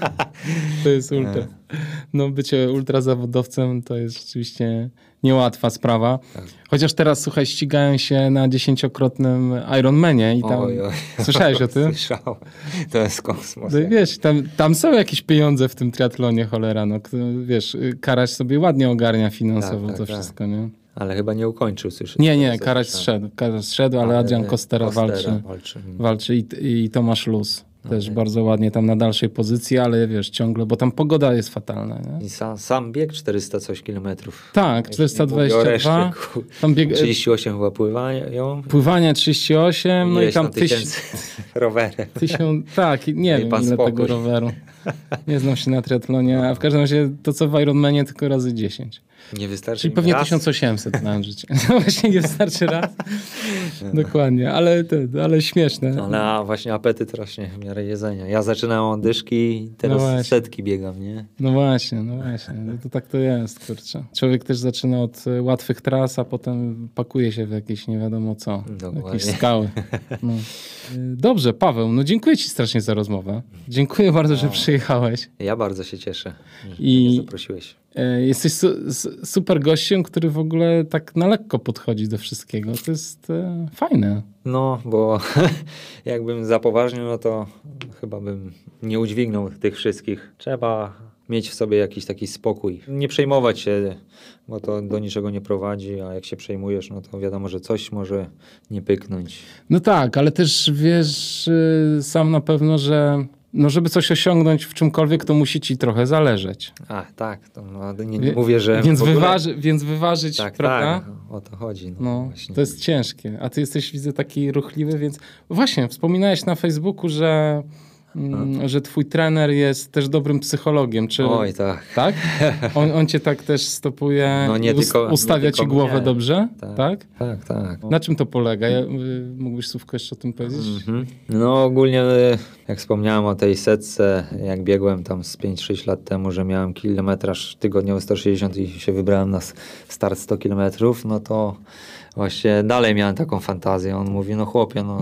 to jest ultra. No bycie ultrazawodowcem to jest rzeczywiście niełatwa sprawa. Tak. Chociaż teraz, słuchaj, ścigają się na dziesięciokrotnym Ironmanie i tam... Oj, oj. Słyszałeś o tym? Słyszałem. To jest kosmos. No, wiesz, tam, tam są jakieś pieniądze w tym triatlonie, cholera. No, wiesz, Karaś sobie ładnie ogarnia finansowo Tak, tak, to tak. wszystko, nie? Ale chyba nie ukończył, słyszę. Nie, nie, Karaś zszedł. Karaś zszedł, ale Adrian Kostera, Kostera walczy. walczy. Walczy i, i Tomasz Luz. Też Okej. bardzo ładnie tam na dalszej pozycji, ale wiesz, ciągle, bo tam pogoda jest fatalna, nie? I sam, sam bieg czterysta coś kilometrów. Tak, czterysta dwadzieścia dwa. Tam bieg... trzydzieści osiem chyba pływają. Pływanie trzydzieści osiem, no i Ileś tam tam tysięcy rowerem. tysiąc, tak, nie Daj wiem pan ile spokój. tego roweru. Nie znam się na triatlonie, a w każdym razie to co w Ironmanie tylko razy dziesięć. Nie wystarczy Czyli im pewnie raz. tysiąc osiemset na życie. No właśnie nie wystarczy raz. Dokładnie, ale, te, ale śmieszne. Ale a właśnie apetyt rośnie w miarę jedzenia. Ja zaczynałem od dyszki i teraz No właśnie. setki biegam, nie? No właśnie, no właśnie. No to tak to jest, kurczę. Człowiek też zaczyna od e, łatwych tras, a potem pakuje się w jakieś nie wiadomo co. Dokładnie. Jakieś skały. No. E, Dobrze, Paweł, no dziękuję ci strasznie za rozmowę. Dziękuję bardzo, że przyjechałeś. Ja bardzo się cieszę, że I- mnie zaprosiłeś. E, Jesteś su su super gościem, który w ogóle tak na lekko podchodzi do wszystkiego. To jest e, fajne. No, bo jakbym za poważnie, no to chyba bym nie udźwignął tych wszystkich. Trzeba mieć w sobie jakiś taki spokój. Nie przejmować się, bo to do niczego nie prowadzi, a jak się przejmujesz, no to wiadomo, że coś może nie pyknąć. No tak, ale też wiesz y, sam na pewno, że no żeby coś osiągnąć w czymkolwiek, to musi ci trochę zależeć. A, tak, to no, nie Wie- mówię, że Więc, w ogóle... wyważy, więc wyważyć, Tak, prawda? tak, o to chodzi. No, No, właśnie. to jest ciężkie. A ty jesteś, widzę, taki ruchliwy, więc właśnie, wspominałeś na Facebooku, że, mm, że twój trener jest też dobrym psychologiem. Czy, Oj, tak. tak? On, on cię tak też stopuje, No nie us- tylko- nie ustawia tylko ci głowę mnie. dobrze? Tak. Tak. Tak, tak. Na czym to polega? Ja, y, mógłbyś słówko jeszcze o tym powiedzieć? Mhm. No ogólnie, y, jak wspomniałem o tej setce, jak biegłem tam z pięć sześć lat temu, że miałem kilometraż tygodniowy sto sześćdziesiąt i się wybrałem na s- start sto kilometrów, no to właśnie dalej miałem taką fantazję. On mówi, no chłopie, no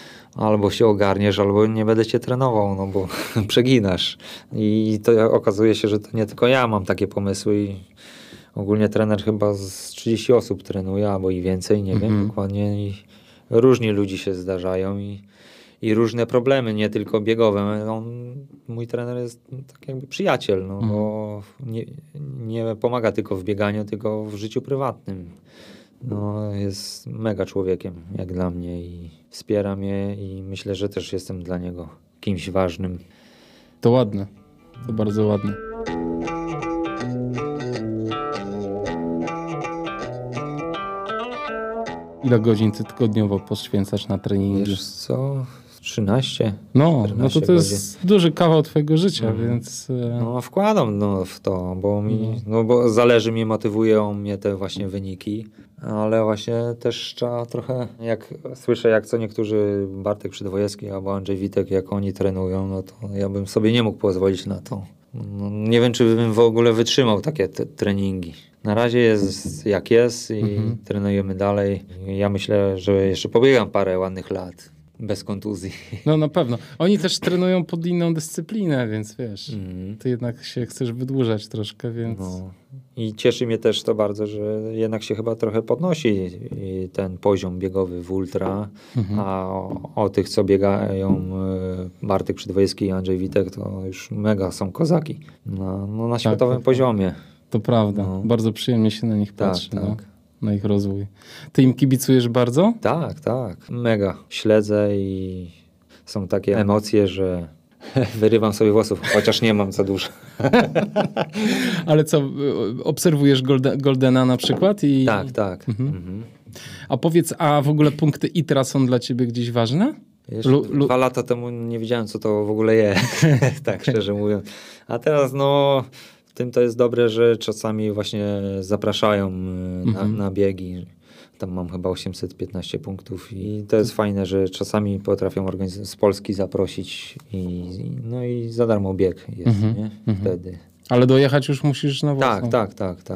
albo się ogarniesz, albo nie będę cię trenował, no bo przeginasz. I to okazuje się, że to nie tylko ja mam takie pomysły i ogólnie trener chyba z trzydzieści osób trenuje, albo i więcej, nie Mhm. wiem dokładnie. I różni ludzie się zdarzają i, i różne problemy, nie tylko biegowe. On, mój trener jest tak jakby przyjaciel, no, bo nie, nie pomaga tylko w bieganiu, tylko w życiu prywatnym. No, jest mega człowiekiem, jak dla mnie i wspiera mnie i myślę, że też jestem dla niego kimś ważnym. To ładne. To bardzo ładne. Ile godzin ty tygodniowo poświęcasz na treningi? Wiesz co? trzynaście? No, no to czternaście to jest duży kawał twojego życia, Mhm. więc... e, No wkładam no, w to, bo mi, Mhm. no bo zależy mi, motywują mnie te właśnie wyniki, ale właśnie też trzeba trochę, jak słyszę jak co niektórzy, Bartek Przydwojewski albo Andrzej Witek, jak oni trenują, no to ja bym sobie nie mógł pozwolić na to. No, nie wiem, czy bym w ogóle wytrzymał takie te treningi. Na razie jest jak jest i Mhm. trenujemy dalej. Ja myślę, że jeszcze pobiegam parę ładnych lat bez kontuzji. No na pewno. Oni też trenują pod inną dyscyplinę, więc wiesz, Mhm. ty jednak się chcesz wydłużać troszkę, więc... No. I cieszy mnie też to bardzo, że jednak się chyba trochę podnosi i ten poziom biegowy w ultra, Mhm. a o, o tych, co biegają e, Bartek Przydwojewski i Andrzej Witek, to już mega są kozaki. No, no na światowym tak. poziomie. To prawda. No. Bardzo przyjemnie się na nich Tak, patrzy, no, tak. na ich rozwój. Ty im kibicujesz bardzo? Tak, tak. Mega. Śledzę i są takie emocje, że wyrywam sobie włosów, chociaż nie mam za dużo. Ale co, y, obserwujesz Golde, Goldena na przykład? I... Tak, tak. Mhm. Mhm. A powiedz, a w ogóle punkty I T R A są dla ciebie gdzieś ważne? Jeszcze Lu- lu- dwa lata temu nie wiedziałem, co to w ogóle jest, tak szczerze mówiąc. A teraz no, w tym to jest dobre, że czasami właśnie zapraszają y, na, Mhm. na biegi. Tam mam chyba osiemset piętnaście punktów i to jest fajne, że czasami potrafią organiz- z Polski zaprosić i, no i za darmo bieg jest, Mhm, nie? mhm. Wtedy. Ale dojechać już musisz na własną. Tak, tak, tak, tak.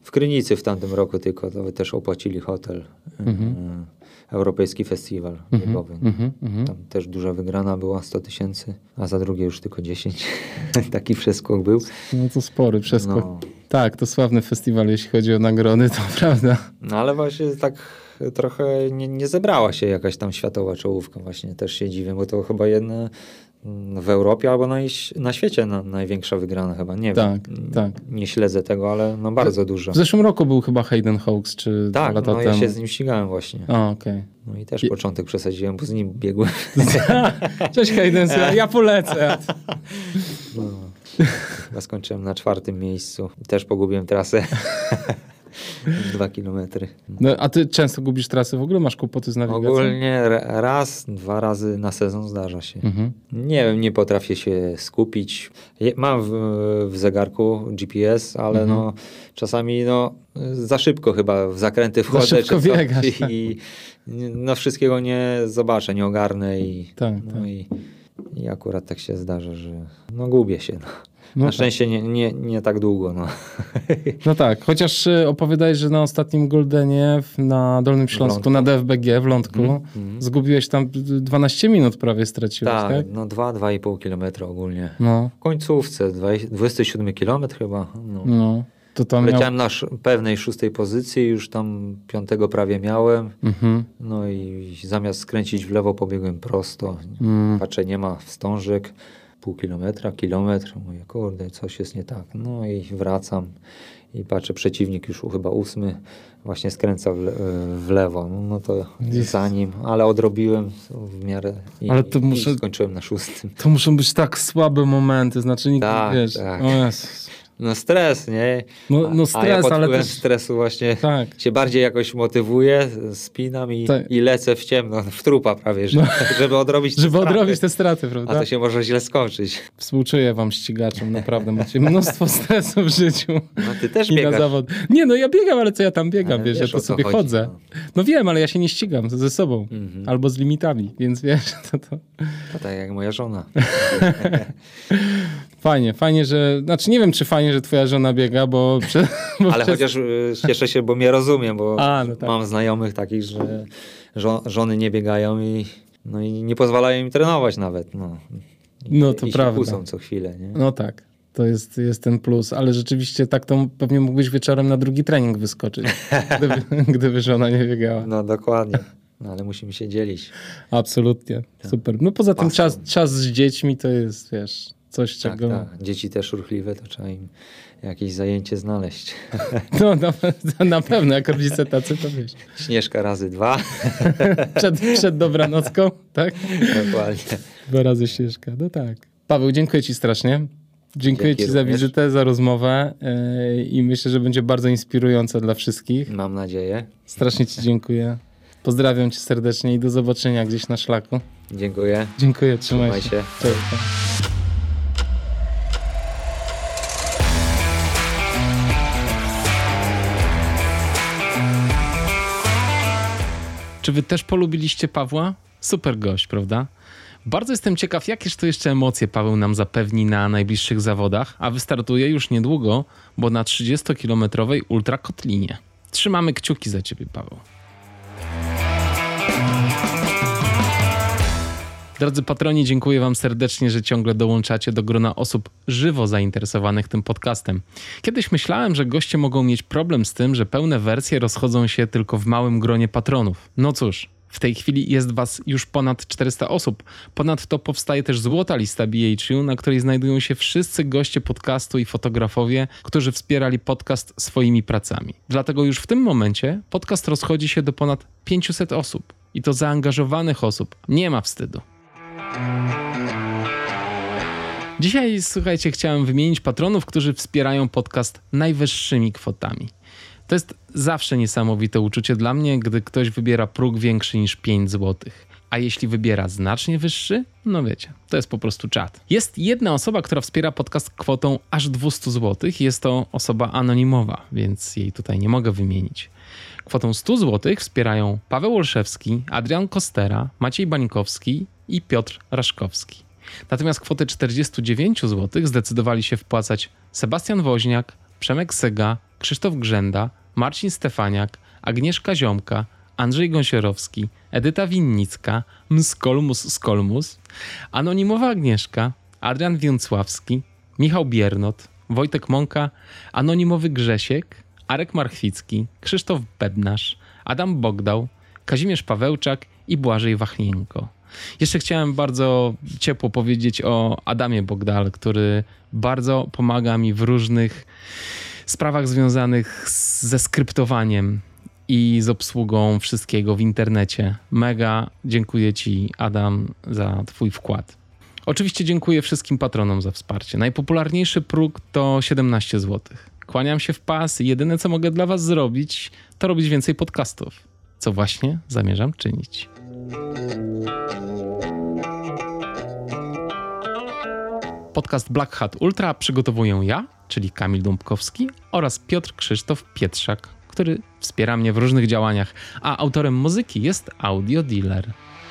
W Krynicy w tamtym roku tylko, to też opłacili hotel. Mhm. Europejski Festiwal biegowy. Mhm, mhm. Tam też duża wygrana była, sto tysięcy, a za drugie już tylko dziesięć. Taki przeskok był. No to spory przeskok. No. Tak, to sławny festiwal, jeśli chodzi o nagrody, to prawda. No ale właśnie tak trochę nie, nie zebrała się jakaś tam światowa czołówka. Właśnie też się dziwię, bo to chyba jedna w Europie albo na, na świecie na, największa wygrana chyba. Nie tak, wiem. Tak. Nie śledzę tego, ale no bardzo dużo. W zeszłym roku był chyba Hayden Hawks, czy tak, dwa lata no temu. ja się z nim ścigałem właśnie. A, okej. Okay. No i też początek przesadziłem, bo z nim biegłem. Cześć Hayden, ja polecę. No. Ja skończyłem na czwartym miejscu. Też pogubiłem trasę. Dwa kilometry. No, a ty często gubisz trasy? W ogóle masz kłopoty z nawigacją? Ogólnie raz, dwa razy na sezon zdarza się. Mhm. Nie wiem, nie potrafię się skupić. Mam w, w zegarku G P S, ale mhm. no czasami no za szybko chyba w zakręty wchodzę. Za szybko czy biegasz. I no wszystkiego nie zobaczę, nie ogarnę i, tak, no tak. i, i akurat tak się zdarza, że no gubię się. No. No na tak. szczęście nie, nie, nie tak długo. No. no tak, chociaż opowiadałeś, że na ostatnim Goldenie na Dolnym Śląsku, na D F B G w Lądku, mm, mm. zgubiłeś tam dwanaście minut prawie straciłeś, tak? Tak, no dwa, dwa i pół kilometra ogólnie. No. W końcówce, dwudziesty siódmy kilometr chyba. No. no. To tam Leciałem miał... na sz- pewnej szóstej pozycji, już tam piątego prawie miałem. Mm-hmm. No i zamiast skręcić w lewo, pobiegłem prosto. Mm. Patrzę, nie ma wstążek. Pół kilometra, kilometr. Mówię, kurde, coś jest nie tak. No i wracam i patrzę, przeciwnik już chyba ósmy właśnie skręca w, le- w lewo. No, no to jest. Za nim, ale odrobiłem w miarę i, ale to muszę... i skończyłem na szóstym. To muszą być tak słabe momenty, znaczy nigdy tak, wiesz. Tak. O Jezus. No stres, nie? No, no stres, a ja pod ale wpływem też... stresu właśnie tak. się bardziej jakoś motywuję, spinam i, tak. i lecę w ciemno, w trupa prawie, żeby, no. żeby odrobić te Żeby straty. odrobić te straty, prawda? A to się może źle skończyć. Współczuję wam ścigaczom, naprawdę macie mnóstwo stresu w życiu. No ty też I biegasz. Na zawod. Nie, no ja biegam, ale co ja tam biegam, ale wiesz, wiesz, ja to sobie chodzi, chodzę. No. no wiem, ale ja się nie ścigam ze sobą. Mm-hmm. Albo z limitami, więc wiesz, to to... To tak jak moja żona. Fajnie, fajnie, że... Znaczy nie wiem, czy fajnie, że twoja żona biega, bo... Prze... bo ale przez... chociaż y, cieszę się, bo mnie rozumiem, bo A, no tak. mam znajomych takich, że żo- żony nie biegają i, no i nie pozwalają im trenować nawet. No, I, no to i prawda. się kłócą co chwilę. Nie? No tak. To jest, jest ten plus, ale rzeczywiście tak to pewnie mógłbyś wieczorem na drugi trening wyskoczyć, gdyby, gdyby żona nie biegała. No dokładnie. No, ale musimy się dzielić. Absolutnie. Tak. Super. No poza tym czas, czas z dziećmi to jest, wiesz, coś czego... Tak, tak. Dzieci też ruchliwe, to trzeba im jakieś zajęcie znaleźć. No na, na pewno, jak rodzice tacy, to wiesz. Śnieżka razy dwa. przed, przed dobranocką, tak? Dokładnie. Dwa razy Śnieżka, no tak. Paweł, dziękuję ci strasznie. Dziękuję Dzięki ci za również. wizytę, za rozmowę yy, i myślę, że będzie bardzo inspirująca dla wszystkich. Mam nadzieję. Strasznie ci dziękuję. Pozdrawiam cię serdecznie i do zobaczenia gdzieś na szlaku. Dziękuję. Dziękuję, trzymaj, Trzymaj się. się. Cześć. Czy wy też polubiliście Pawła? Super gość, prawda? Bardzo jestem ciekaw, jakież to jeszcze emocje Paweł nam zapewni na najbliższych zawodach, a wystartuje już niedługo, bo na trzydziestokilometrowej ultrakotlinie. Trzymamy kciuki za ciebie, Paweł. Drodzy patroni, dziękuję wam serdecznie, że ciągle dołączacie do grona osób żywo zainteresowanych tym podcastem. Kiedyś myślałem, że goście mogą mieć problem z tym, że pełne wersje rozchodzą się tylko w małym gronie patronów. No cóż, w tej chwili jest was już ponad czterysta osób. Ponadto powstaje też złota lista B H U, na której znajdują się wszyscy goście podcastu i fotografowie, którzy wspierali podcast swoimi pracami. Dlatego już w tym momencie podcast rozchodzi się do ponad pięciuset osób. I to zaangażowanych osób. Nie ma wstydu. Dzisiaj, słuchajcie, chciałem wymienić patronów, którzy wspierają podcast najwyższymi kwotami. To jest zawsze niesamowite uczucie dla mnie, gdy ktoś wybiera próg większy niż pięć złotych. A jeśli wybiera znacznie wyższy, no wiecie, to jest po prostu czad. Jest jedna osoba, która wspiera podcast kwotą aż dwieście złotych. Jest to osoba anonimowa, więc jej tutaj nie mogę wymienić. Kwotą sto złotych wspierają Paweł Olszewski, Adrian Kostera, Maciej Bańkowski i Piotr Raszkowski. Natomiast kwotę czterdzieści dziewięć złotych zdecydowali się wpłacać Sebastian Woźniak, Przemek Sega, Krzysztof Grzęda, Marcin Stefaniak, Agnieszka Ziomka, Andrzej Gąsiorowski, Edyta Winnicka, Mskolmus Skolmus, Anonimowa Agnieszka, Adrian Więcławski, Michał Biernot, Wojtek Mąka, Anonimowy Grzesiek, Arek Marchwicki, Krzysztof Bednarz, Adam Bogdał, Kazimierz Pawełczak i Błażej Wachnienko. Jeszcze chciałem bardzo ciepło powiedzieć o Adamie Bogdal, który bardzo pomaga mi w różnych sprawach związanych z, ze skryptowaniem i z obsługą wszystkiego w internecie. Mega dziękuję Ci, Adam, za Twój wkład. Oczywiście dziękuję wszystkim patronom za wsparcie. Najpopularniejszy próg to siedemnaście złotych. Kłaniam się w pas i jedyne, co mogę dla Was zrobić, to robić więcej podcastów, co właśnie zamierzam czynić. Podcast Black Hat Ultra przygotowuję ja, czyli Kamil Dąbkowski, oraz Piotr Krzysztof Pietrzak, który wspiera mnie w różnych działaniach, a autorem muzyki jest Audio Dealer.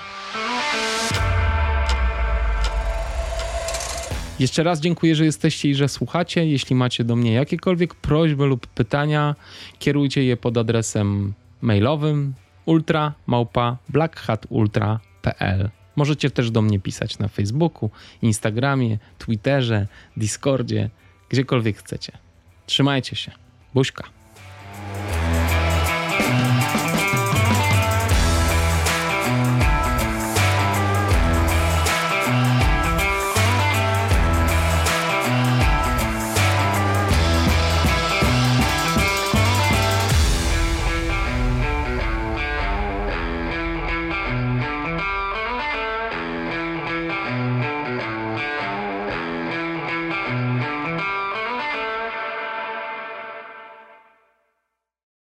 Jeszcze raz dziękuję, że jesteście i że słuchacie. Jeśli macie do mnie jakiekolwiek prośby lub pytania, kierujcie je pod adresem mailowym ultra małpa black hat ultra kropka p l. Możecie też do mnie pisać na Facebooku, Instagramie, Twitterze, Discordzie, gdziekolwiek chcecie. Trzymajcie się. Buźka.